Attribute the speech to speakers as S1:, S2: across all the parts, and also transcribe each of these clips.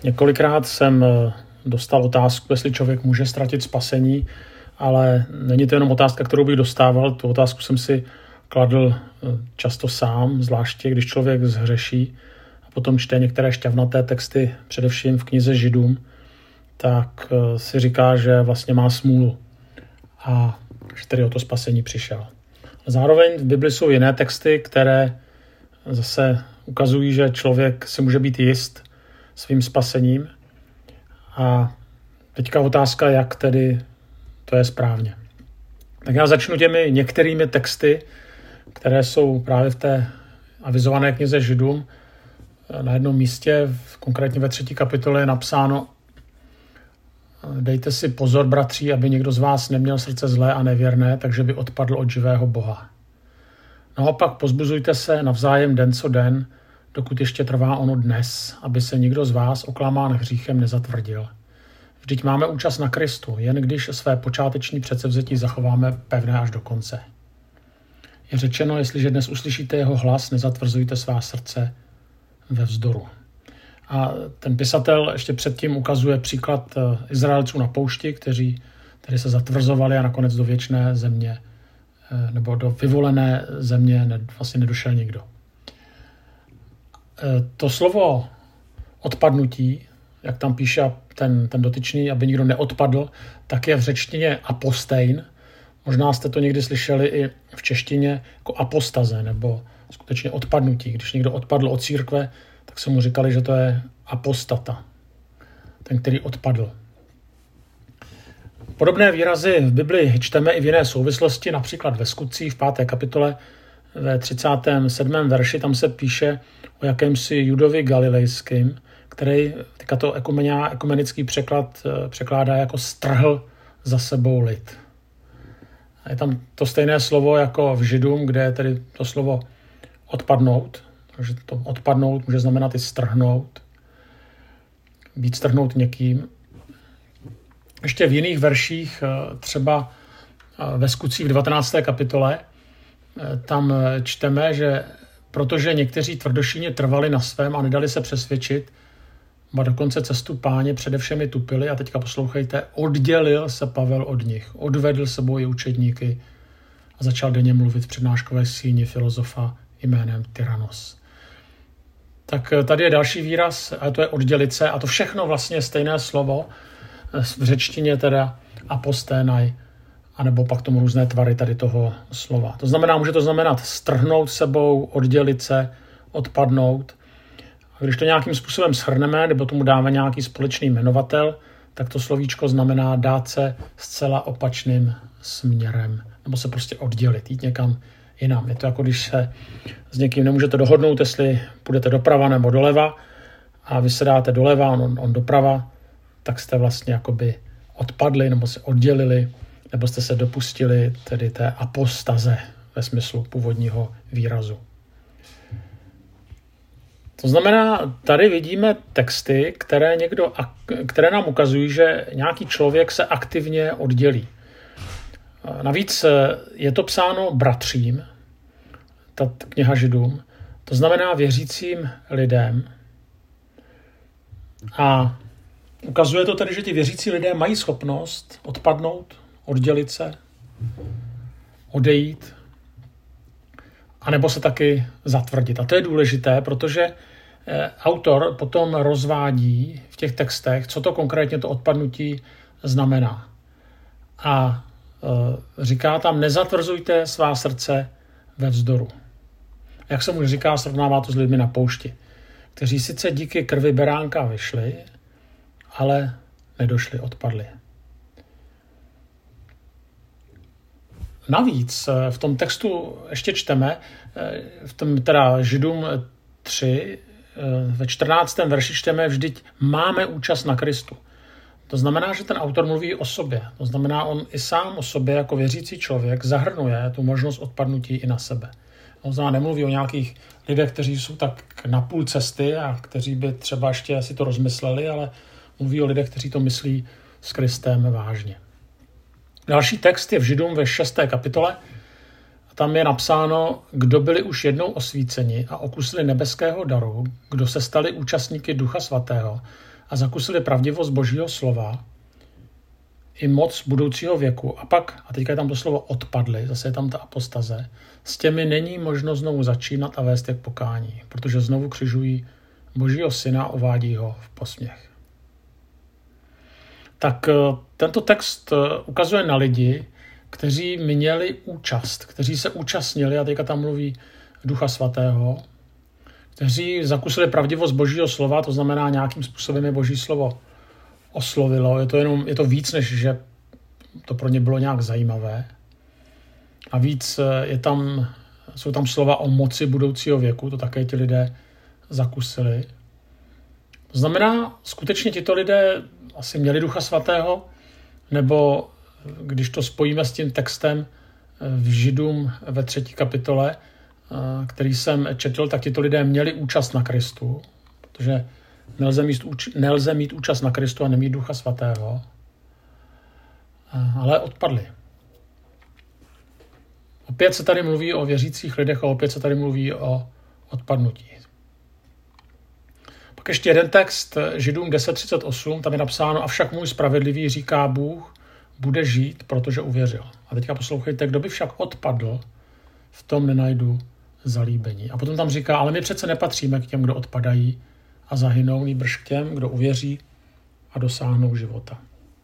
S1: Několikrát jsem dostal otázku, jestli člověk může ztratit spasení, ale není to jenom otázka, kterou bych dostával. Tu otázku jsem si kladl často sám, zvláště když člověk zhřeší a potom čte některé šťavnaté texty, především v knize Židům, tak si říká, že vlastně má smůlu a že tedy o to spasení přišel. Zároveň v Bibli jsou jiné texty, které zase ukazují, že člověk si může být jist svým spasením. A teďka otázka, jak tedy to je správně. Tak já začnu těmi některými texty, které jsou právě v té avizované knize Židům. Na jednom místě, konkrétně ve 3. kapitole, je napsáno: Dejte si pozor, bratři, aby někdo z vás neměl srdce zlé a nevěrné, takže by odpadl od živého Boha. Naopak pozbuzujte se navzájem den co den, dokud ještě trvá ono dnes, aby se nikdo z vás oklamán hříchem nezatvrdil. Vždyť máme účast na Kristu, jen když své počáteční předsevzetí zachováme pevné až do konce. Je řečeno, jestliže dnes uslyšíte jeho hlas, nezatvrzujte svá srdce ve vzdoru. A ten pisatel ještě předtím ukazuje příklad Izraelců na poušti, kteří se zatvrzovali a nakonec do věčné země nebo do vyvolené země vlastně nedošel nikdo. To slovo odpadnutí, jak tam píše ten dotyčný, aby nikdo neodpadl, tak je v řečtině apostein. Možná jste to někdy slyšeli i v češtině jako apostaze, nebo skutečně odpadnutí. Když někdo odpadl od církve, tak se mu říkali, že to je apostata, ten, který odpadl. Podobné výrazy v Bibli čteme i v jiné souvislosti, například ve Skutcích v 5. kapitole ve 37. verši, tam se píše o jakémsi Judovi Galilejským, který teďka to ekumenický překlad překládá jako strhl za sebou lid. A je tam to stejné slovo jako v Židům, kde je tedy to slovo odpadnout. Takže to odpadnout může znamenat i strhnout, být strhnout někým. Ještě v jiných verších, třeba ve Skutcích v 19. kapitole, tam čteme, že protože někteří tvrdošíně trvali na svém a nedali se přesvědčit, a dokonce cestu Páně především i tupili, a teďka poslouchejte, oddělil se Pavel od nich, odvedl sebou i učedníky a začal denně mluvit v přednáškové síni filozofa jménem Tyranos. Tak tady je další výraz, a to je oddělit se, a to všechno vlastně stejné slovo, v řečtině teda aposténaj, anebo pak tomu různé tvary tady toho slova. To znamená, může to znamenat strhnout sebou, oddělit se, odpadnout. A když to nějakým způsobem shrneme, nebo tomu dáme nějaký společný jmenovatel, tak to slovíčko znamená dát se zcela opačným směrem, nebo se prostě oddělit, jít někam jinam. Je to jako když se s někým nemůžete dohodnout, jestli půjdete doprava nebo doleva, a vy se dáte doleva, on doprava, tak jste vlastně jakoby odpadli nebo se oddělili, nebo jste se dopustili tedy té apostaze ve smyslu původního výrazu. To znamená, tady vidíme texty, které nám ukazují, že nějaký člověk se aktivně oddělí. Navíc je to psáno bratřím, ta kniha Židům, to znamená věřícím lidem. A ukazuje to tedy, že ti věřící lidé mají schopnost odpadnout, oddělit se, odejít, anebo se taky zatvrdit. A to je důležité, protože autor potom rozvádí v těch textech, co to konkrétně to odpadnutí znamená. A říká tam, nezatvrzujte svá srdce ve vzdoru. Jak se mu říká, srovnává to s lidmi na poušti, kteří sice díky krvi beránka vyšli, ale nedošli, odpadli. Navíc v tom textu ještě čteme, v tom teda Židům 3, ve 14. verši čteme, vždyť máme účast na Kristu. To znamená, že ten autor mluví o sobě. To znamená, on i sám o sobě jako věřící člověk zahrnuje tu možnost odpadnutí i na sebe. To znamená, nemluví o nějakých lidech, kteří jsou tak na půl cesty a kteří by třeba ještě si to rozmysleli, ale mluví o lidech, kteří to myslí s Kristem vážně. Další text je v Židům ve 6. kapitole. Tam je napsáno, kdo byli už jednou osvíceni a okusili nebeského daru, kdo se stali účastníky Ducha Svatého a zakusili pravdivost Božího slova i moc budoucího věku. A pak, a teďka je tam to slovo odpadli, zase je tam ta apostaze, s těmi není možno znovu začínat a vést je k pokání, protože znovu křižují Božího syna a uvádí ho v posměch. Tak tento text ukazuje na lidi, kteří měli účast, kteří se účastnili, a teďka tam mluví Ducha Svatého, kteří zakusili pravdivost Božího slova, to znamená nějakým způsobem je Boží slovo oslovilo. Je to víc, než že to pro ně bylo nějak zajímavé. A víc jsou tam slova o moci budoucího věku, to také ti lidé zakusili. To znamená, skutečně tito lidé asi měli Ducha Svatého, nebo když to spojíme s tím textem v Židům ve 3. kapitole, který jsem četl, tak tito lidé měli účast na Kristu, protože nelze mít účast na Kristu a nemít Ducha Svatého, ale odpadli. Opět se tady mluví o věřících lidech a opět se tady mluví o odpadnutí. Pak ještě jeden text, Židům 10.38, tam je napsáno: avšak můj spravedlivý, říká Bůh, bude žít, protože uvěřil. A teďka poslouchejte: kdo by však odpadl, v tom nenajdu zalíbení. A potom tam říká: ale my přece nepatříme k těm, kdo odpadají a zahynou, nýbrž k těm, kdo uvěří a dosáhnou života.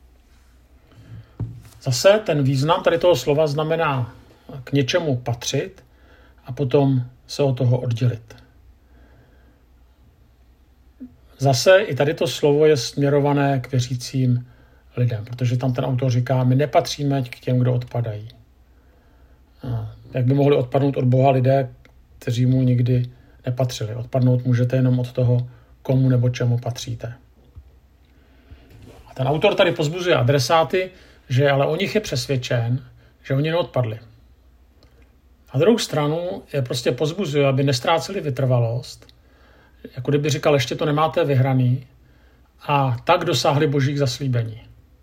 S1: Zase ten význam tady toho slova znamená k něčemu patřit a potom se od toho oddělit. Zase i tady to slovo je směrované k věřícím lidem, protože tam ten autor říká: my nepatříme k těm, kdo odpadají. Jak by mohli odpadnout od Boha lidé, kteří mu nikdy nepatřili? Odpadnout můžete jenom od toho, komu nebo čemu patříte. A ten autor tady pozbuzuje adresáty, že ale o nich je přesvědčen, že oni neodpadli. Na druhou stranu je prostě pozbuzuje, aby nestráceli vytrvalost, jako kdyby říkal: ještě to nemáte vyhraný, a tak dosáhli Božích zaslíbení.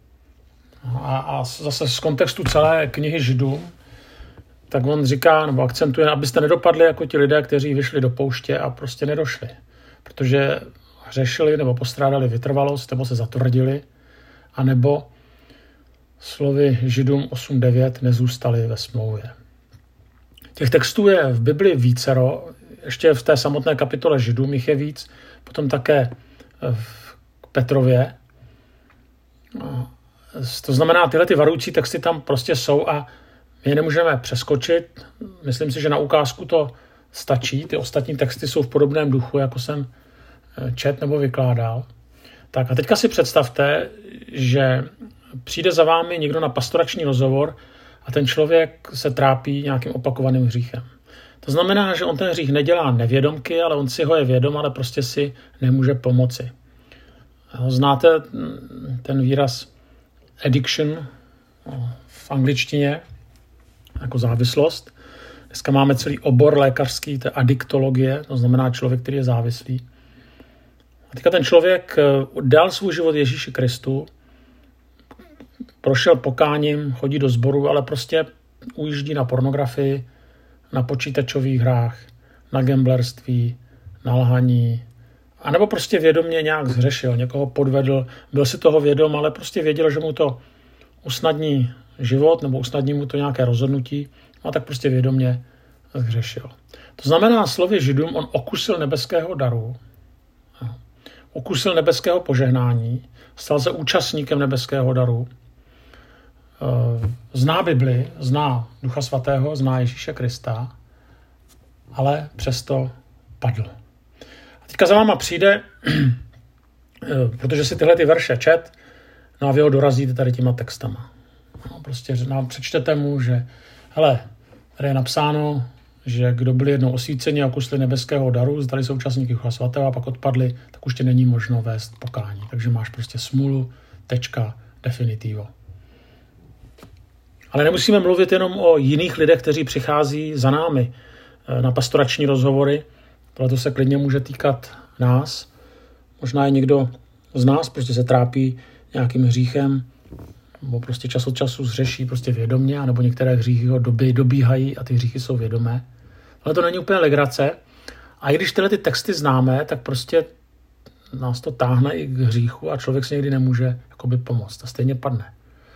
S1: A zase z kontextu celé knihy Židům, tak on říká, nebo akcentuje, abyste nedopadli jako ti lidé, kteří vyšli do pouště a prostě nedošli. Protože hřešili nebo postrádali vytrvalost, nebo se zatvrdili, anebo slovy Židům 8.9 nezůstali ve smlouvě. Těch textů je v Bibli vícero, ještě v té samotné kapitole Židům jich je víc, potom také v Petrově. To znamená, tyhle ty varující texty tam prostě jsou a my je nemůžeme přeskočit. Myslím si, že na ukázku to stačí. Ty ostatní texty jsou v podobném duchu, jako jsem čet nebo vykládal. Tak a teďka si představte, že přijde za vámi někdo na pastorační rozhovor a ten člověk se trápí nějakým opakovaným hříchem. To znamená, že on ten hřích nedělá nevědomky, ale on si ho je vědom, ale prostě si nemůže pomoci. Znáte ten výraz addiction v angličtině jako závislost. Dneska máme celý obor lékařský, to je adiktologie, to znamená člověk, který je závislý. A teďka ten člověk dal svůj život Ježíši Kristu, prošel pokáním, chodí do sboru, ale prostě ujíždí na pornografii, na počítačových hrách, na gamblerství, na lhaní, anebo prostě vědomě nějak zhřešil, někoho podvedl, byl si toho vědom, ale prostě věděl, že mu to usnadní život nebo usnadní mu to nějaké rozhodnutí, a tak prostě vědomě zhřešil. To znamená, slovy Židům, on okusil nebeského daru, okusil nebeského požehnání, stal se účastníkem nebeského daru, zná Bibli, zná Ducha Svatého, zná Ježíše Krista, ale přesto padl. A teďka za váma přijde, protože si tyhle ty verše čet, no a vy ho dorazíte tady těma textama. No, prostě přečtete mu, že hele, tady je napsáno, že kdo byli jednou osvíceni a okusli nebeského daru, zdali jsou účastníky Ducha Svatého a pak odpadli, tak už tě není možno vést pokání. Takže máš prostě smůlu, tečka, definitivo. Ale nemusíme mluvit jenom o jiných lidech, kteří přichází za námi na pastorační rozhovory. Tohle se klidně může týkat nás. Možná je někdo z nás, prostě se trápí nějakým hříchem, nebo prostě čas od času zřeší prostě vědomě, nebo některé hříchy ho dobíhají a ty hříchy jsou vědomé. Ale to není úplně legrace. A i když tyhle ty texty známe, tak prostě nás to táhne i k hříchu a člověk si někdy nemůže jakoby pomoct a stejně padne.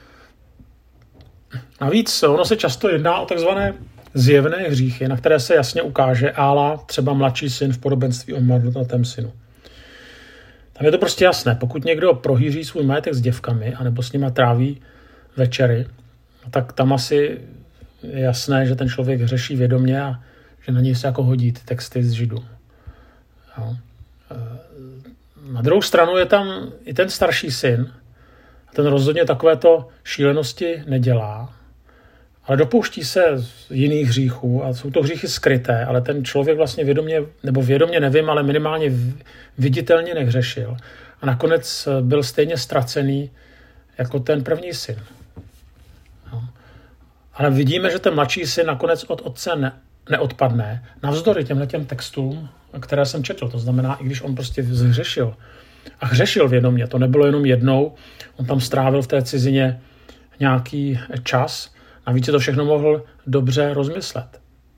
S1: Navíc ono se často jedná o takzvané zjevné hříchy, na které se jasně ukáže ála třeba mladší syn v podobenství o marnotratném synu. Tam je to prostě jasné. Pokud někdo prohýří svůj majetek s děvkami anebo s nima tráví večery, tak tam asi je jasné, že ten člověk hřeší vědomě a že na něj se jako hodí ty texty z Židů. Jo. Na druhou stranu je tam i ten starší syn a ten rozhodně takovéto šílenosti nedělá, ale dopouští se jiných hříchů a jsou to hříchy skryté, ale ten člověk vlastně vědomě nevím, ale minimálně viditelně nehřešil. A nakonec byl stejně ztracený jako ten první syn. No. Ale vidíme, že ten mladší syn nakonec od otce neodpadne, navzdory těmhletěm textům, které jsem četl. To znamená, i když on prostě zhřešil a hřešil vědomě, to nebylo jenom jednou, on tam strávil v té cizině nějaký čas, navíc to všechno mohl dobře rozmyslet.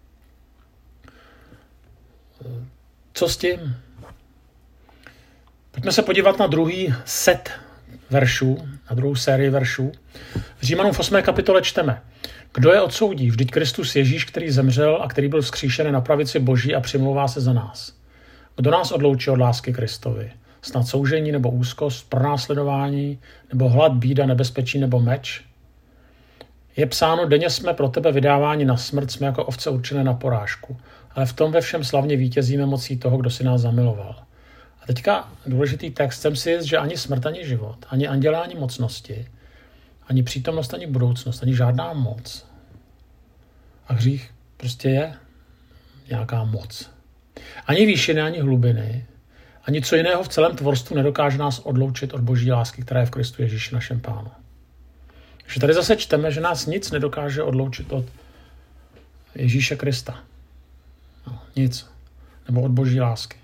S1: Co s tím? Pojďme se podívat na druhý set veršů, na druhou sérii veršů. V Římanům v 8. kapitole čteme: Kdo je odsoudí? Vždyť Kristus Ježíš, který zemřel a který byl vzkříšen na pravici Boží a přimlouvá se za nás. Kdo nás odloučí od lásky Kristovi? Snad soužení nebo úzkost, pronásledování, nebo hlad, bída, nebezpečí nebo meč? Je psáno, denně jsme pro tebe vydáváni na smrt, jsme jako ovce určené na porážku. Ale v tom ve všem slavně vítězíme mocí toho, kdo si nás zamiloval. A teďka důležitý text, jsem si jist, že ani smrt, ani život, ani andělé, ani mocnosti, ani přítomnost, ani budoucnost, ani žádná moc. A hřích prostě je nějaká moc. Ani výšiny, ani hlubiny, ani co jiného v celém tvorstvu nedokáže nás odloučit od Boží lásky, která je v Kristu Ježíši našem Pánu. Takže tady zase čteme, že nás nic nedokáže odloučit od Ježíše Krista. No, nic. Nebo od Boží lásky.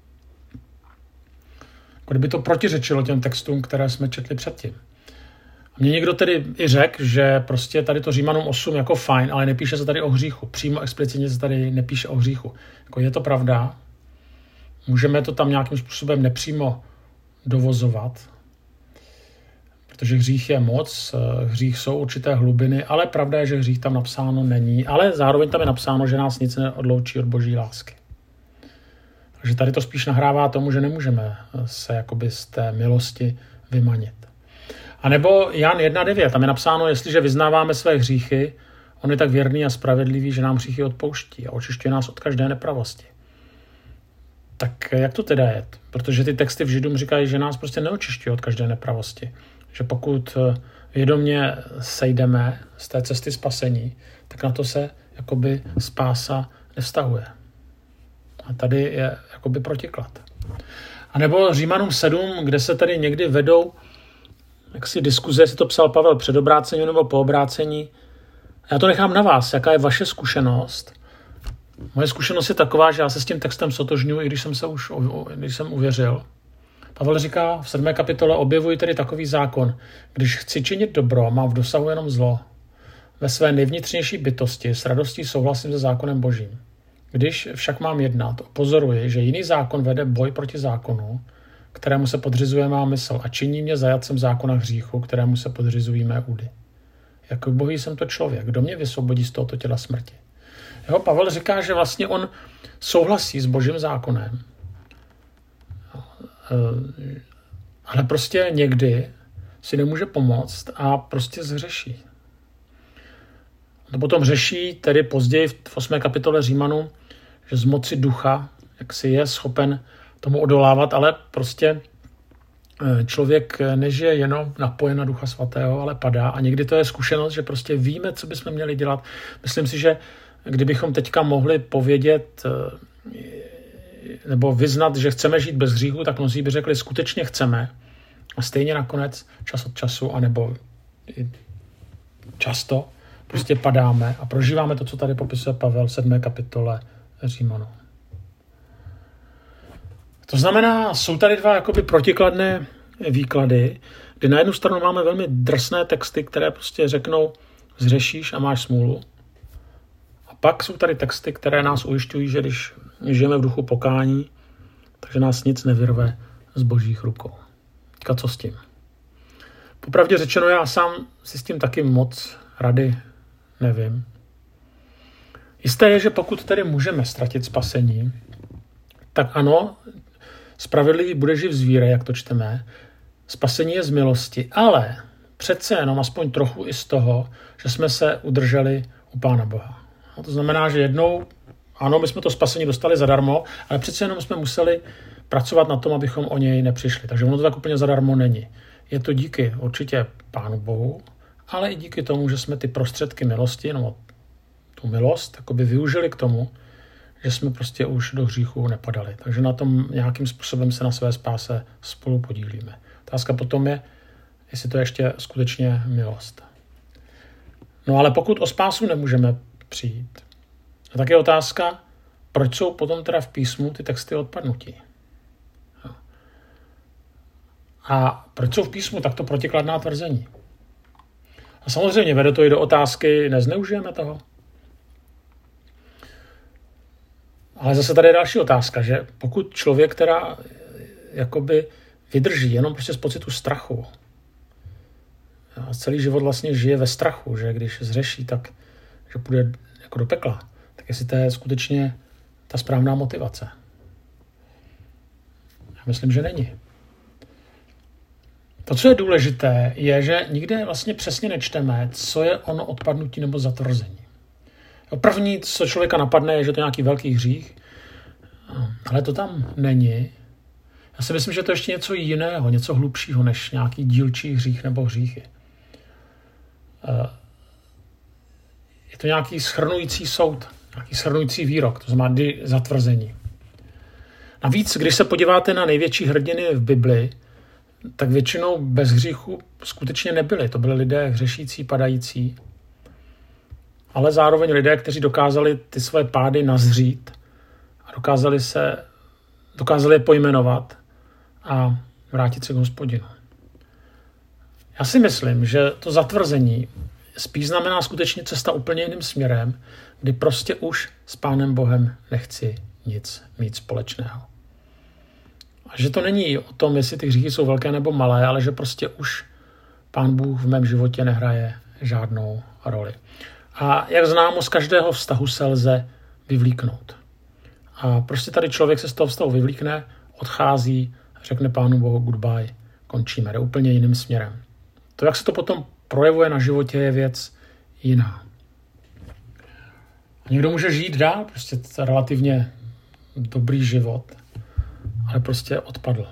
S1: Kdyby to protiřečilo těm textům, které jsme četli předtím. A mě někdo tedy i řekl, že prostě tady to Římanům 8 jako fajn, ale nepíše se tady o hříchu. Přímo explicitně se tady nepíše o hříchu. Jako je to pravda, můžeme to tam nějakým způsobem nepřímo dovozovat, protože hřích je moc, hřích jsou určité hlubiny, ale pravda je, že hřích tam napsáno není, ale zároveň tam je napsáno, že nás nic neodloučí od Boží lásky. Takže tady to spíš nahrává tomu, že nemůžeme se jakoby z té milosti vymanit. A nebo Jan 1.9, tam je napsáno, jestliže vyznáváme své hříchy, on je tak věrný a spravedlivý, že nám hříchy odpouští a očišťuje nás od každé nepravosti. Tak jak to teda je? Protože ty texty v Židům říkají, že nás prostě neočišťují od každé nepravosti. Že pokud vědomě sejdeme z té cesty spasení, tak na to se jakoby spása nevztahuje. A tady je jakoby protiklad. A nebo Římanům 7, kde se tady někdy vedou jaksi diskuze, jestli to psal Pavel před obrácením nebo po obrácení. Já to nechám na vás, jaká je vaše zkušenost. Moje zkušenost je taková, že já se s tím textem sotožňuji, i když jsem uvěřil. Pavel říká v 7. kapitole: objevuji tedy takový zákon. Když chci činit dobro, mám v dosahu jenom zlo. Ve své nejvnitřnější bytosti s radostí souhlasím se zákonem Božím. Když však mám jednat, pozoruji, že jiný zákon vede boj proti zákonu, kterému se podřizuje má mysl, a činí mě zajatcem zákona hříchu, kterému se podřizují mé údy. Jak bohý jsem to člověk, kdo mě vysvobodí z tohoto těla smrti? Jo, Pavel říká, že vlastně on souhlasí s Božím zákonem, ale prostě někdy si nemůže pomoct a prostě zhřeší. A potom řeší tedy později v 8. kapitole Římanů, že z moci ducha, jak si je schopen tomu odolávat, ale prostě člověk nežije jenom napojen na Ducha Svatého, ale padá. A někdy to je zkušenost, že prostě víme, co bychom měli dělat. Myslím si, že kdybychom teďka mohli povědět nebo vyznat, že chceme žít bez hříchu, tak mnozí by řekli, skutečně chceme. A stejně nakonec čas od času, anebo často prostě padáme a prožíváme to, co tady popisuje Pavel v 7. kapitole Římanů. To znamená, jsou tady dva jakoby protikladné výklady, kdy na jednu stranu máme velmi drsné texty, které prostě řeknou, zřešíš a máš smůlu. A pak jsou tady texty, které nás ujišťují, že když žijeme v duchu pokání, takže nás nic nevyrve z božích rukou. Teďka co s tím? Popravdě řečeno, já sám si s tím taky moc rady nevím. Jisté je, že pokud tedy můžeme ztratit spasení, tak ano, spravedlivý bude živ z víry, jak to čteme. Spasení je z milosti, ale přece jenom aspoň trochu i z toho, že jsme se udrželi u Pána Boha. No, to znamená, že jednou, ano, my jsme to spasení dostali zadarmo, ale přece jenom jsme museli pracovat na tom, abychom o něj nepřišli. Takže ono to tak úplně zadarmo není. Je to díky určitě Pánu Bohu, ale i díky tomu, že jsme ty prostředky milosti, no tu milost, jakoby využili k tomu, že jsme prostě už do hříchu nepadali. Takže na tom nějakým způsobem se na své spáse spolu podílíme. Otázka potom je, jestli to ještě skutečně milost. No ale pokud o spásu nemůžeme přijít, tak je otázka, proč jsou potom teda v písmu ty texty odpadnutí. A proč jsou v písmu takto protikladná tvrzení? A samozřejmě vede to i do otázky, nezneužijeme toho? Ale zase tady je další otázka, že pokud člověk teda jakoby vydrží jenom prostě z pocitu strachu a celý život vlastně žije ve strachu, že když zřeší, tak že půjde jako do pekla, tak jestli to je skutečně ta správná motivace. Já myslím, že není. To, co je důležité, je, že nikde vlastně přesně nečteme, co je ono odpadnutí nebo zatvrzení. První, co člověka napadne, je, že to je nějaký velký hřích, ale to tam není. Já si myslím, že to je ještě něco jiného, něco hlubšího, než nějaký dílčí hřích nebo hříchy. Je to nějaký shrnující soud, nějaký shrnující výrok, to znamená zatvrzení. Navíc, když se podíváte na největší hrdiny v Bibli, tak většinou bez hříchu skutečně nebyli. To byli lidé hřešící, padající, ale zároveň lidé, kteří dokázali ty své pády nazřít a dokázali je pojmenovat a vrátit se k Hospodinu. Já si myslím, že to zatvrzení spíš znamená skutečně cesta úplně jiným směrem, kdy prostě už s Pánem Bohem nechci nic mít společného. A že to není o tom, jestli ty hříchy jsou velké nebo malé, ale že prostě už Pán Bůh v mém životě nehraje žádnou roli. A jak známo, z každého vztahu se lze vyvlíknout. A prostě tady člověk se z toho vztahu vyvlíkne, odchází, řekne Pánu Bohu goodbye, končíme, jde úplně jiným směrem. To, jak se to potom projevuje na životě, je věc jiná. A někdo může žít dál, prostě relativně dobrý život, ale prostě odpadl.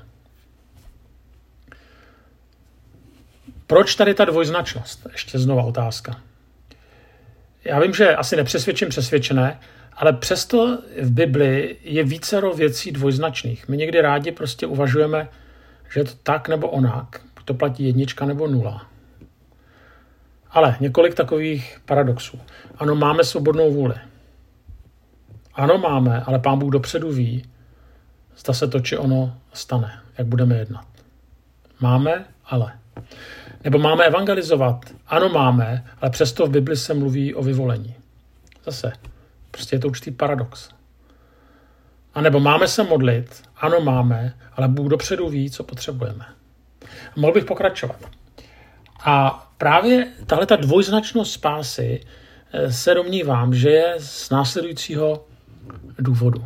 S1: Proč tady ta dvojznačnost? Ještě znova otázka. Já vím, že asi nepřesvědčím přesvědčené, ale přesto v Bibli je vícero věcí dvojznačných. My někdy rádi prostě uvažujeme, že je to tak nebo onak, to platí 1 nebo 0. Ale několik takových paradoxů. Ano, máme svobodnou vůli. Ano, máme, ale Pán Bůh dopředu ví, zda se to či ono stane, jak budeme jednat. Máme, ale. Nebo máme evangelizovat. Ano, máme, ale přesto v Bibli se mluví o vyvolení. Zase, prostě je to určitý paradox. A nebo máme se modlit. Ano, máme, ale Bůh dopředu ví, co potřebujeme. A mohl bych pokračovat. A právě tahleta dvojznačnost spásy se domnívám, že je z následujícího důvodu.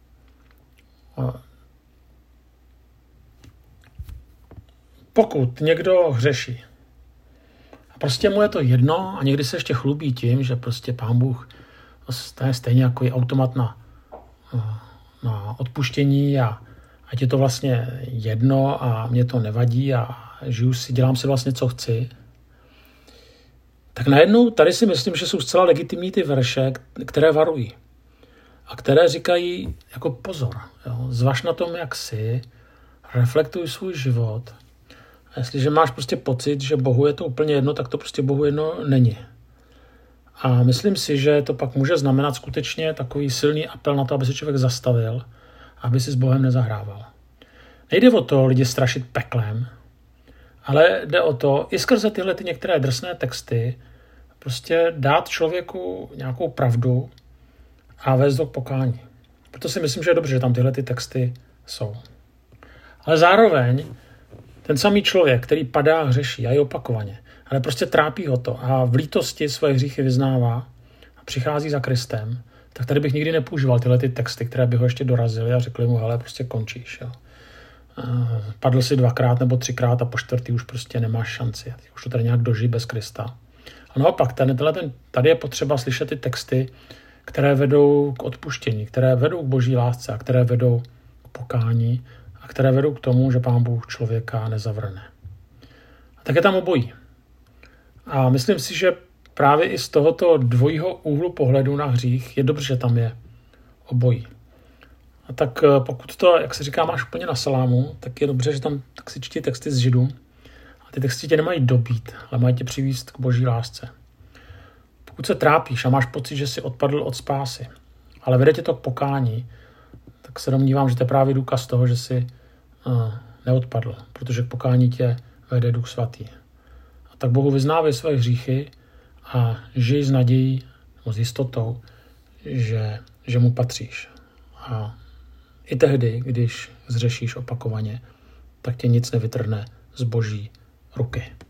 S1: Pokud někdo hřeší a prostě mu je to jedno a někdy se ještě chlubí tím, že prostě Pán Bůh je stejně jako je automat na odpuštění a ať je to vlastně jedno a mě to nevadí a dělám si vlastně, co chci, tak najednou tady si myslím, že jsou zcela legitimní ty verše, které varují a které říkají jako pozor, jo, zvaž na tom, jak jsi, reflektuj svůj život. A jestliže máš prostě pocit, že Bohu je to úplně jedno, tak to prostě Bohu jedno není. A myslím si, že to pak může znamenat skutečně takový silný apel na to, aby se člověk zastavil, aby si s Bohem nezahrával. Nejde o to lidi strašit peklem, ale jde o to, i skrze tyhle ty některé drsné texty, prostě dát člověku nějakou pravdu a vést ho k pokání. Proto si myslím, že je dobře, že tam tyhle ty texty jsou. Ale zároveň ten samý člověk, který padá a hřeší, a i opakovaně, ale prostě trápí ho to a v lítosti svoje hříchy vyznává a přichází za Kristem, tak tady bych nikdy nepoužíval tyhle ty texty, které by ho ještě dorazily a řekli mu, hele, prostě končíš. Jo. Padl si 2krát nebo 3krát a po 4. už prostě nemáš šanci. Už to tady nějak dožij bez Krista. A naopak, tady je potřeba slyšet ty texty, které vedou k odpuštění, které vedou k boží lásce a které vedou k pokání a které vedou k tomu, že Pán Bůh člověka nezavrne. A tak je tam obojí. A myslím si, že právě i z tohoto dvojího úhlu pohledu na hřích je dobře, že tam je obojí. A tak pokud to, jak se říká, máš úplně na salámu, tak je dobře, že tam tak si čti texty z Židů. A ty texty tě nemají dobít, ale mají tě přivést k boží lásce. Pokud se trápíš a máš pocit, že jsi odpadl od spásy, ale vede tě to k pokání, tak se domnívám, že to je právě důkaz toho, že jsi neodpadl, protože k pokání tě vede Duch Svatý. A tak Bohu vyznávej své hříchy a žij s nadějí, nebo s jistotou, že mu patříš. A i tehdy, když zřešíš opakovaně, tak tě nic nevytrhne z boží ruky.